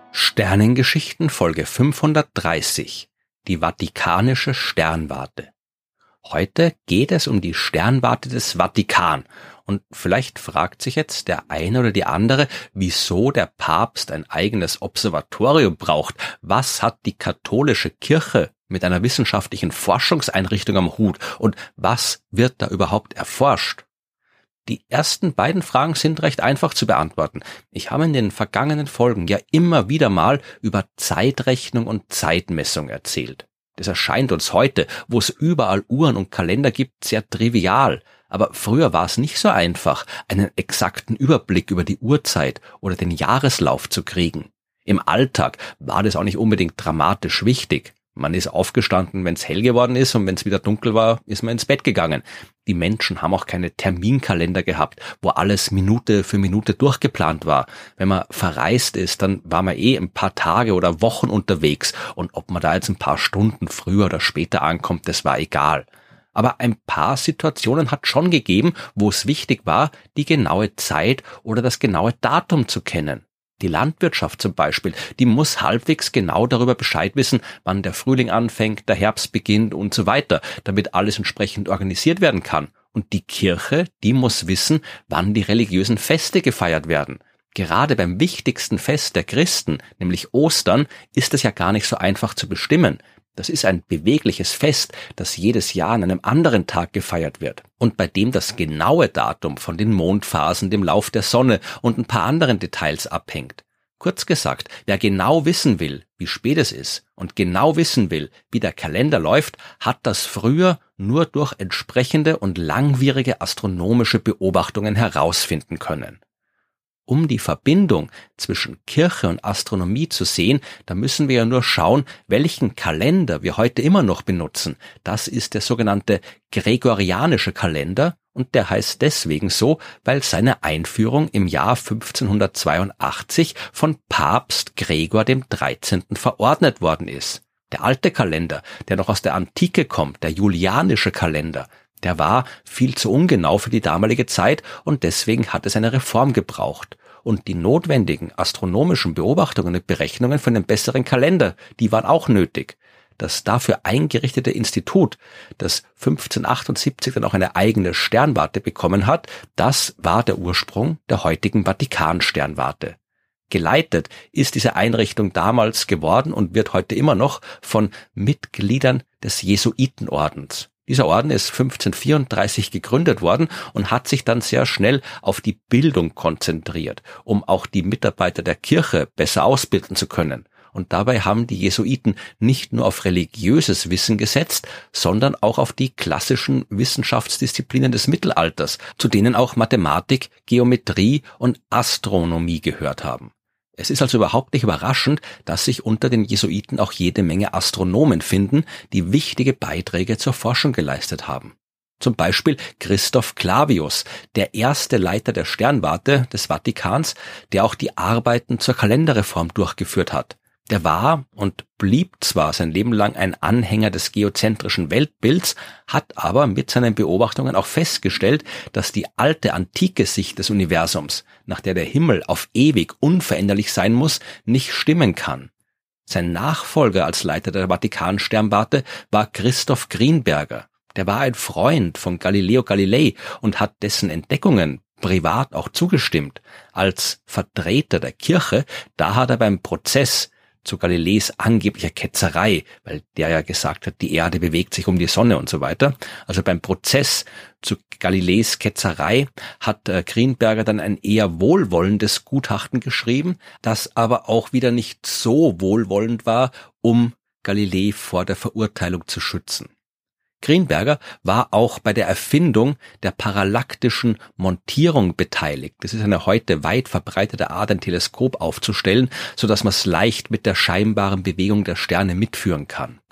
Sternengeschichten Folge 530 – Die Vatikanische Sternwarte. Heute geht es um die Sternwarte des Vatikan und vielleicht fragt sich jetzt der eine oder die andere, wieso der Papst ein eigenes Observatorium braucht. Was hat die katholische Kirche mit einer wissenschaftlichen Forschungseinrichtung am Hut und was wird da überhaupt erforscht? Die ersten beiden Fragen sind recht einfach zu beantworten. Ich habe in den vergangenen Folgen ja immer wieder mal über Zeitrechnung und Zeitmessung erzählt. Das erscheint uns heute, wo es überall Uhren und Kalender gibt, sehr trivial. Aber früher war es nicht so einfach, einen exakten Überblick über die Uhrzeit oder den Jahreslauf zu kriegen. Im Alltag war das auch nicht unbedingt dramatisch wichtig. Man ist aufgestanden, wenn es hell geworden ist, und wenn es wieder dunkel war, ist man ins Bett gegangen. Die Menschen haben auch keine Terminkalender gehabt, wo alles Minute für Minute durchgeplant war. Wenn man verreist ist, dann war man ein paar Tage oder Wochen unterwegs, und ob man da jetzt ein paar Stunden früher oder später ankommt, das war egal. Aber ein paar Situationen hat schon gegeben, wo es wichtig war, die genaue Zeit oder das genaue Datum zu kennen. Die Landwirtschaft zum Beispiel, die muss halbwegs genau darüber Bescheid wissen, wann der Frühling anfängt, der Herbst beginnt und so weiter, damit alles entsprechend organisiert werden kann. Und die Kirche, die muss wissen, wann die religiösen Feste gefeiert werden. Gerade beim wichtigsten Fest der Christen, nämlich Ostern, ist es ja gar nicht so einfach zu bestimmen. Das ist ein bewegliches Fest, das jedes Jahr an einem anderen Tag gefeiert wird und bei dem das genaue Datum von den Mondphasen, dem Lauf der Sonne und ein paar anderen Details abhängt. Kurz gesagt, wer genau wissen will, wie spät es ist und genau wissen will, wie der Kalender läuft, hat das früher nur durch entsprechende und langwierige astronomische Beobachtungen herausfinden können. Um die Verbindung zwischen Kirche und Astronomie zu sehen, da müssen wir ja nur schauen, welchen Kalender wir heute immer noch benutzen. Das ist der sogenannte gregorianische Kalender, und der heißt deswegen so, weil seine Einführung im Jahr 1582 von Papst Gregor dem 13. verordnet worden ist. Der alte Kalender, der noch aus der Antike kommt, der julianische Kalender, der war viel zu ungenau für die damalige Zeit, und deswegen hat es eine Reform gebraucht. Und die notwendigen astronomischen Beobachtungen und Berechnungen für einen besseren Kalender, die waren auch nötig. Das dafür eingerichtete Institut, das 1578 dann auch eine eigene Sternwarte bekommen hat, das war der Ursprung der heutigen Vatikan-Sternwarte. Geleitet ist diese Einrichtung damals geworden und wird heute immer noch von Mitgliedern des Jesuitenordens. Dieser Orden ist 1534 gegründet worden und hat sich dann sehr schnell auf die Bildung konzentriert, um auch die Mitarbeiter der Kirche besser ausbilden zu können. Und dabei haben die Jesuiten nicht nur auf religiöses Wissen gesetzt, sondern auch auf die klassischen Wissenschaftsdisziplinen des Mittelalters, zu denen auch Mathematik, Geometrie und Astronomie gehört haben. Es ist also überhaupt nicht überraschend, dass sich unter den Jesuiten auch jede Menge Astronomen finden, die wichtige Beiträge zur Forschung geleistet haben. Zum Beispiel Christoph Clavius, der erste Leiter der Sternwarte des Vatikans, der auch die Arbeiten zur Kalenderreform durchgeführt hat. Der war und blieb zwar sein Leben lang ein Anhänger des geozentrischen Weltbilds, hat aber mit seinen Beobachtungen auch festgestellt, dass die alte antike Sicht des Universums, nach der der Himmel auf ewig unveränderlich sein muss, nicht stimmen kann. Sein Nachfolger als Leiter der Vatikan-Sternwarte war Christoph Grinberger. Der war ein Freund von Galileo Galilei und hat dessen Entdeckungen privat auch zugestimmt. Als Vertreter der Kirche, da hat er beim Prozess zu Galileis angeblicher Ketzerei, weil der ja gesagt hat, die Erde bewegt sich um die Sonne und so weiter. Also beim Prozess zu Galileis Ketzerei hat Grinberger dann ein eher wohlwollendes Gutachten geschrieben, das aber auch wieder nicht so wohlwollend war, um Galilei vor der Verurteilung zu schützen. Grinberger war auch bei der Erfindung der parallaktischen Montierung beteiligt. Das ist eine heute weit verbreitete Art, ein Teleskop aufzustellen, so dass man es leicht mit der scheinbaren Bewegung der Sterne mitführen kann.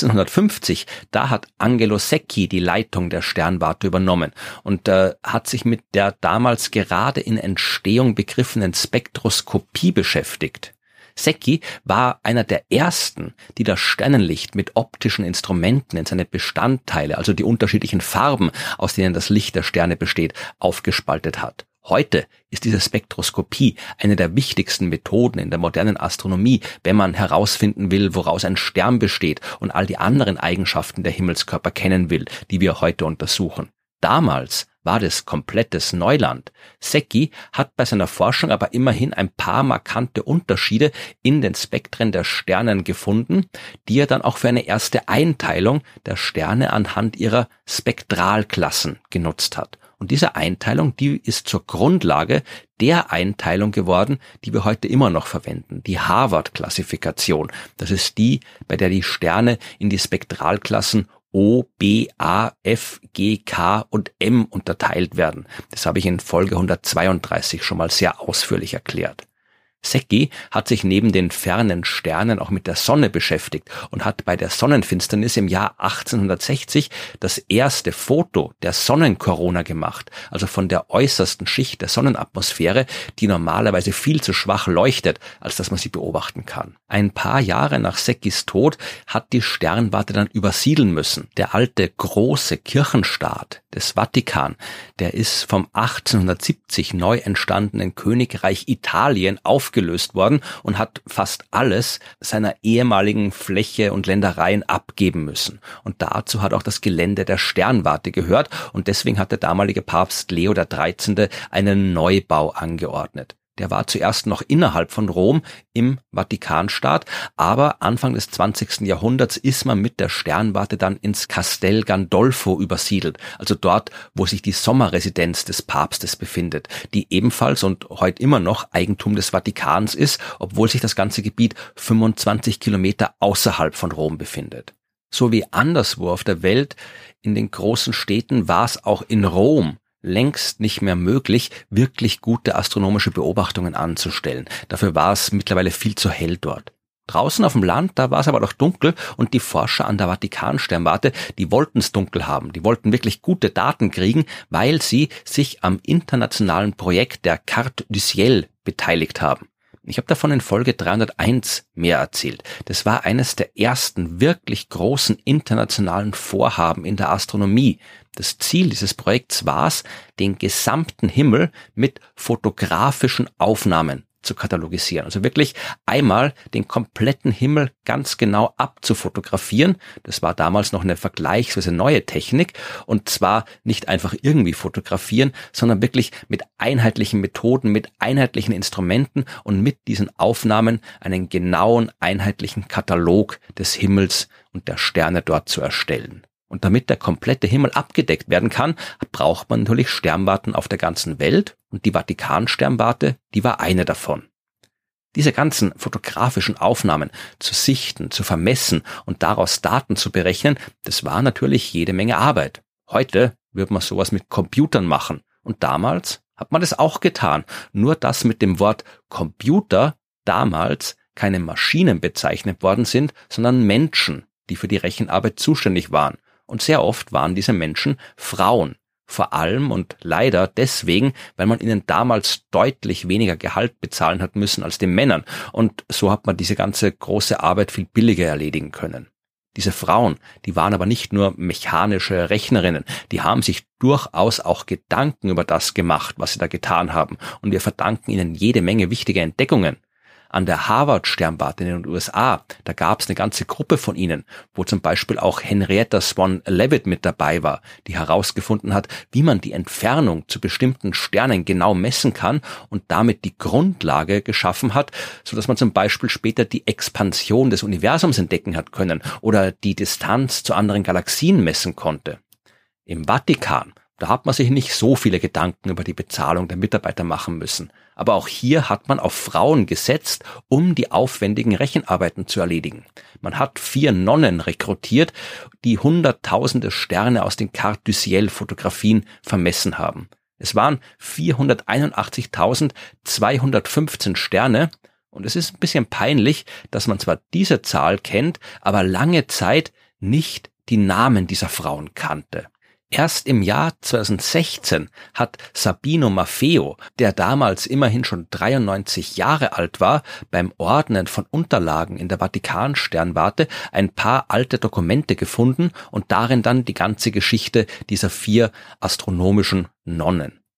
1850, da hat Angelo Secchi die Leitung der Sternwarte übernommen und hat sich mit der damals gerade in Entstehung begriffenen Spektroskopie beschäftigt. Secchi war einer der ersten, die das Sternenlicht mit optischen Instrumenten in seine Bestandteile, also die unterschiedlichen Farben, aus denen das Licht der Sterne besteht, aufgespaltet hat. Heute ist diese Spektroskopie eine der wichtigsten Methoden in der modernen Astronomie, wenn man herausfinden will, woraus ein Stern besteht und all die anderen Eigenschaften der Himmelskörper kennen will, die wir heute untersuchen. Damals war das komplettes Neuland. Secchi hat bei seiner Forschung aber immerhin ein paar markante Unterschiede in den Spektren der Sternen gefunden, die er dann auch für eine erste Einteilung der Sterne anhand ihrer Spektralklassen genutzt hat. Und diese Einteilung, die ist zur Grundlage der Einteilung geworden, die wir heute immer noch verwenden, die Harvard-Klassifikation. Das ist die, bei der die Sterne in die Spektralklassen O, B, A, F, G, K und M unterteilt werden. Das habe ich in Folge 132 schon mal sehr ausführlich erklärt. Secchi hat sich neben den fernen Sternen auch mit der Sonne beschäftigt und hat bei der Sonnenfinsternis im Jahr 1860 das erste Foto der Sonnenkorona gemacht, also von der äußersten Schicht der Sonnenatmosphäre, die normalerweise viel zu schwach leuchtet, als dass man sie beobachten kann. Ein paar Jahre nach Secchis Tod hat die Sternwarte dann übersiedeln müssen. Der alte große Kirchenstaat des Vatikan, der ist vom 1870 neu entstandenen Königreich Italien aufgelöst worden und hat fast alles seiner ehemaligen Fläche und Ländereien abgeben müssen. Und dazu hat auch das Gelände der Sternwarte gehört und deswegen hat der damalige Papst Leo XIII. Einen Neubau angeordnet. Der war zuerst noch innerhalb von Rom im Vatikanstaat, aber Anfang des 20. Jahrhunderts ist man mit der Sternwarte dann ins Castel Gandolfo übersiedelt, also dort, wo sich die Sommerresidenz des Papstes befindet, die ebenfalls und heute immer noch Eigentum des Vatikans ist, obwohl sich das ganze Gebiet 25 Kilometer außerhalb von Rom befindet. So wie anderswo auf der Welt in den großen Städten war es auch in Rom längst nicht mehr möglich, wirklich gute astronomische Beobachtungen anzustellen. Dafür war es mittlerweile viel zu hell dort. Draußen auf dem Land, da war es aber noch dunkel und die Forscher an der Vatikansternwarte, die wollten es dunkel haben. Die wollten wirklich gute Daten kriegen, weil sie sich am internationalen Projekt der Carte du Ciel beteiligt haben. Ich habe davon in Folge 301 mehr erzählt. Das war eines der ersten wirklich großen internationalen Vorhaben in der Astronomie. Das Ziel dieses Projekts war es, den gesamten Himmel mit fotografischen Aufnahmen zu katalogisieren. Also wirklich einmal den kompletten Himmel ganz genau abzufotografieren. Das war damals noch eine vergleichsweise neue Technik und zwar nicht einfach irgendwie fotografieren, sondern wirklich mit einheitlichen Methoden, mit einheitlichen Instrumenten und mit diesen Aufnahmen einen genauen, einheitlichen Katalog des Himmels und der Sterne dort zu erstellen. Und damit der komplette Himmel abgedeckt werden kann, braucht man natürlich Sternwarten auf der ganzen Welt und die Vatikansternwarte, die war eine davon. Diese ganzen fotografischen Aufnahmen zu sichten, zu vermessen und daraus Daten zu berechnen, das war natürlich jede Menge Arbeit. Heute wird man sowas mit Computern machen und damals hat man das auch getan, nur dass mit dem Wort Computer damals keine Maschinen bezeichnet worden sind, sondern Menschen, die für die Rechenarbeit zuständig waren. Und sehr oft waren diese Menschen Frauen. Vor allem und leider deswegen, weil man ihnen damals deutlich weniger Gehalt bezahlen hat müssen als den Männern. Und so hat man diese ganze große Arbeit viel billiger erledigen können. Diese Frauen, die waren aber nicht nur mechanische Rechnerinnen, die haben sich durchaus auch Gedanken über das gemacht, was sie da getan haben. Und wir verdanken ihnen jede Menge wichtige Entdeckungen. An der Harvard-Sternwarte in den USA, da gab es eine ganze Gruppe von ihnen, wo zum Beispiel auch Henrietta Swan Leavitt mit dabei war, die herausgefunden hat, wie man die Entfernung zu bestimmten Sternen genau messen kann und damit die Grundlage geschaffen hat, so dass man zum Beispiel später die Expansion des Universums entdecken hat können oder die Distanz zu anderen Galaxien messen konnte. Im Vatikan, da hat man sich nicht so viele Gedanken über die Bezahlung der Mitarbeiter machen müssen. Aber auch hier hat man auf Frauen gesetzt, um die aufwendigen Rechenarbeiten zu erledigen. Man hat 4 Nonnen rekrutiert, die hunderttausende Sterne aus den Carte du Ciel Fotografien vermessen haben. Es waren 481.215 Sterne und es ist ein bisschen peinlich, dass man zwar diese Zahl kennt, aber lange Zeit nicht die Namen dieser Frauen kannte. Erst im Jahr 2016 hat Sabino Maffeo, der damals immerhin schon 93 Jahre alt war, beim Ordnen von Unterlagen in der Vatikansternwarte ein paar alte Dokumente gefunden und darin dann die ganze Geschichte dieser 4 astronomischen Nonnen.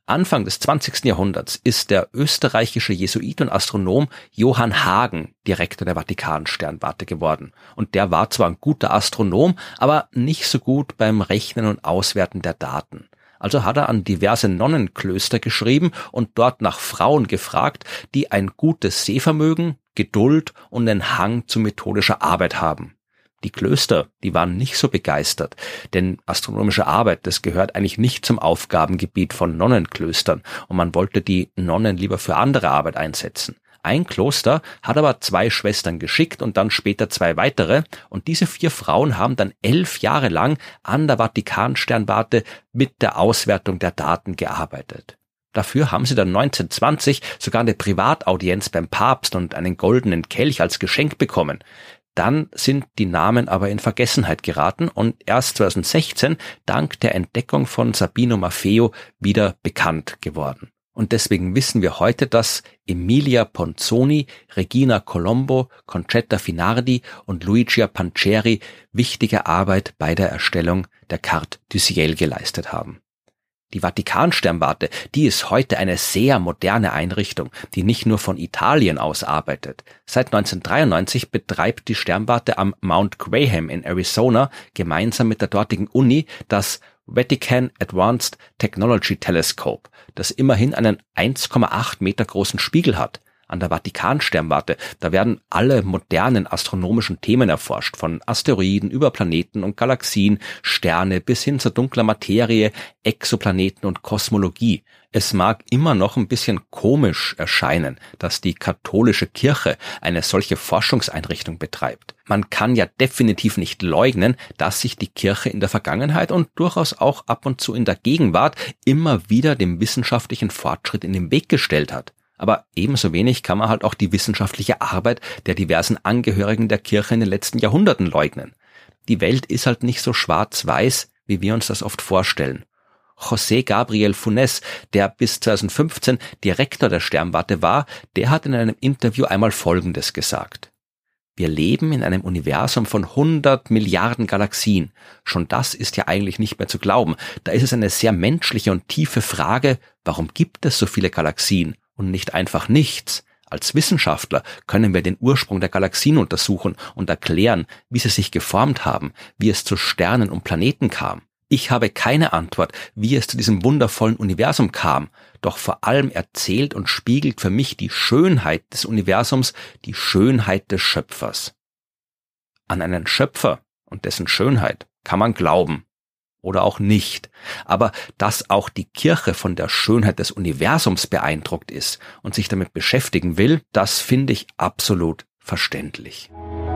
Anfang des 20. Jahrhunderts ist der österreichische Jesuit und Astronom Johann Hagen Direktor der Vatikansternwarte geworden. Und der war zwar ein guter Astronom, aber nicht so gut beim Rechnen und Auswerten der Daten. Also hat er an diverse Nonnenklöster geschrieben und dort nach Frauen gefragt, die ein gutes Sehvermögen, Geduld und einen Hang zu methodischer Arbeit haben. Die Klöster, die waren nicht so begeistert, denn astronomische Arbeit, das gehört eigentlich nicht zum Aufgabengebiet von Nonnenklöstern und man wollte die Nonnen lieber für andere Arbeit einsetzen. Ein Kloster hat aber 2 Schwestern geschickt und dann später 2 weitere und diese 4 Frauen haben dann 11 Jahre lang an der Vatikansternwarte mit der Auswertung der Daten gearbeitet. Dafür haben sie dann 1920 sogar eine Privataudienz beim Papst und einen goldenen Kelch als Geschenk bekommen. Dann sind die Namen aber in Vergessenheit geraten und erst 2016 dank der Entdeckung von Sabino Maffeo wieder bekannt geworden. Und deswegen wissen wir heute, dass Emilia Ponzoni, Regina Colombo, Concetta Finardi und Luigia Pancheri wichtige Arbeit bei der Erstellung der Carte du Ciel geleistet haben. Die Vatikansternwarte, die ist heute eine sehr moderne Einrichtung, die nicht nur von Italien aus arbeitet. Seit 1993 betreibt die Sternwarte am Mount Graham in Arizona gemeinsam mit der dortigen Uni das Vatican Advanced Technology Telescope, das immerhin einen 1,8 Meter großen Spiegel hat. An der Vatikansternwarte, da werden alle modernen astronomischen Themen erforscht, von Asteroiden über Planeten und Galaxien, Sterne bis hin zur dunkler Materie, Exoplaneten und Kosmologie. Es mag immer noch ein bisschen komisch erscheinen, dass die katholische Kirche eine solche Forschungseinrichtung betreibt. Man kann ja definitiv nicht leugnen, dass sich die Kirche in der Vergangenheit und durchaus auch ab und zu in der Gegenwart immer wieder dem wissenschaftlichen Fortschritt in den Weg gestellt hat. Aber ebenso wenig kann man halt auch die wissenschaftliche Arbeit der diversen Angehörigen der Kirche in den letzten Jahrhunderten leugnen. Die Welt ist halt nicht so schwarz-weiß, wie wir uns das oft vorstellen. José Gabriel Funes, der bis 2015 Direktor der Sternwarte war, der hat in einem Interview einmal Folgendes gesagt: Wir leben in einem Universum von 100 Milliarden Galaxien. Schon das ist ja eigentlich nicht mehr zu glauben. Da ist es eine sehr menschliche und tiefe Frage, warum gibt es so viele Galaxien und nicht einfach nichts? Als Wissenschaftler können wir den Ursprung der Galaxien untersuchen und erklären, wie sie sich geformt haben, wie es zu Sternen und Planeten kam. Ich habe keine Antwort, wie es zu diesem wundervollen Universum kam, doch vor allem erzählt und spiegelt für mich die Schönheit des Universums, die Schönheit des Schöpfers. An einen Schöpfer und dessen Schönheit kann man glauben oder auch nicht, aber dass auch die Kirche von der Schönheit des Universums beeindruckt ist und sich damit beschäftigen will, das finde ich absolut verständlich.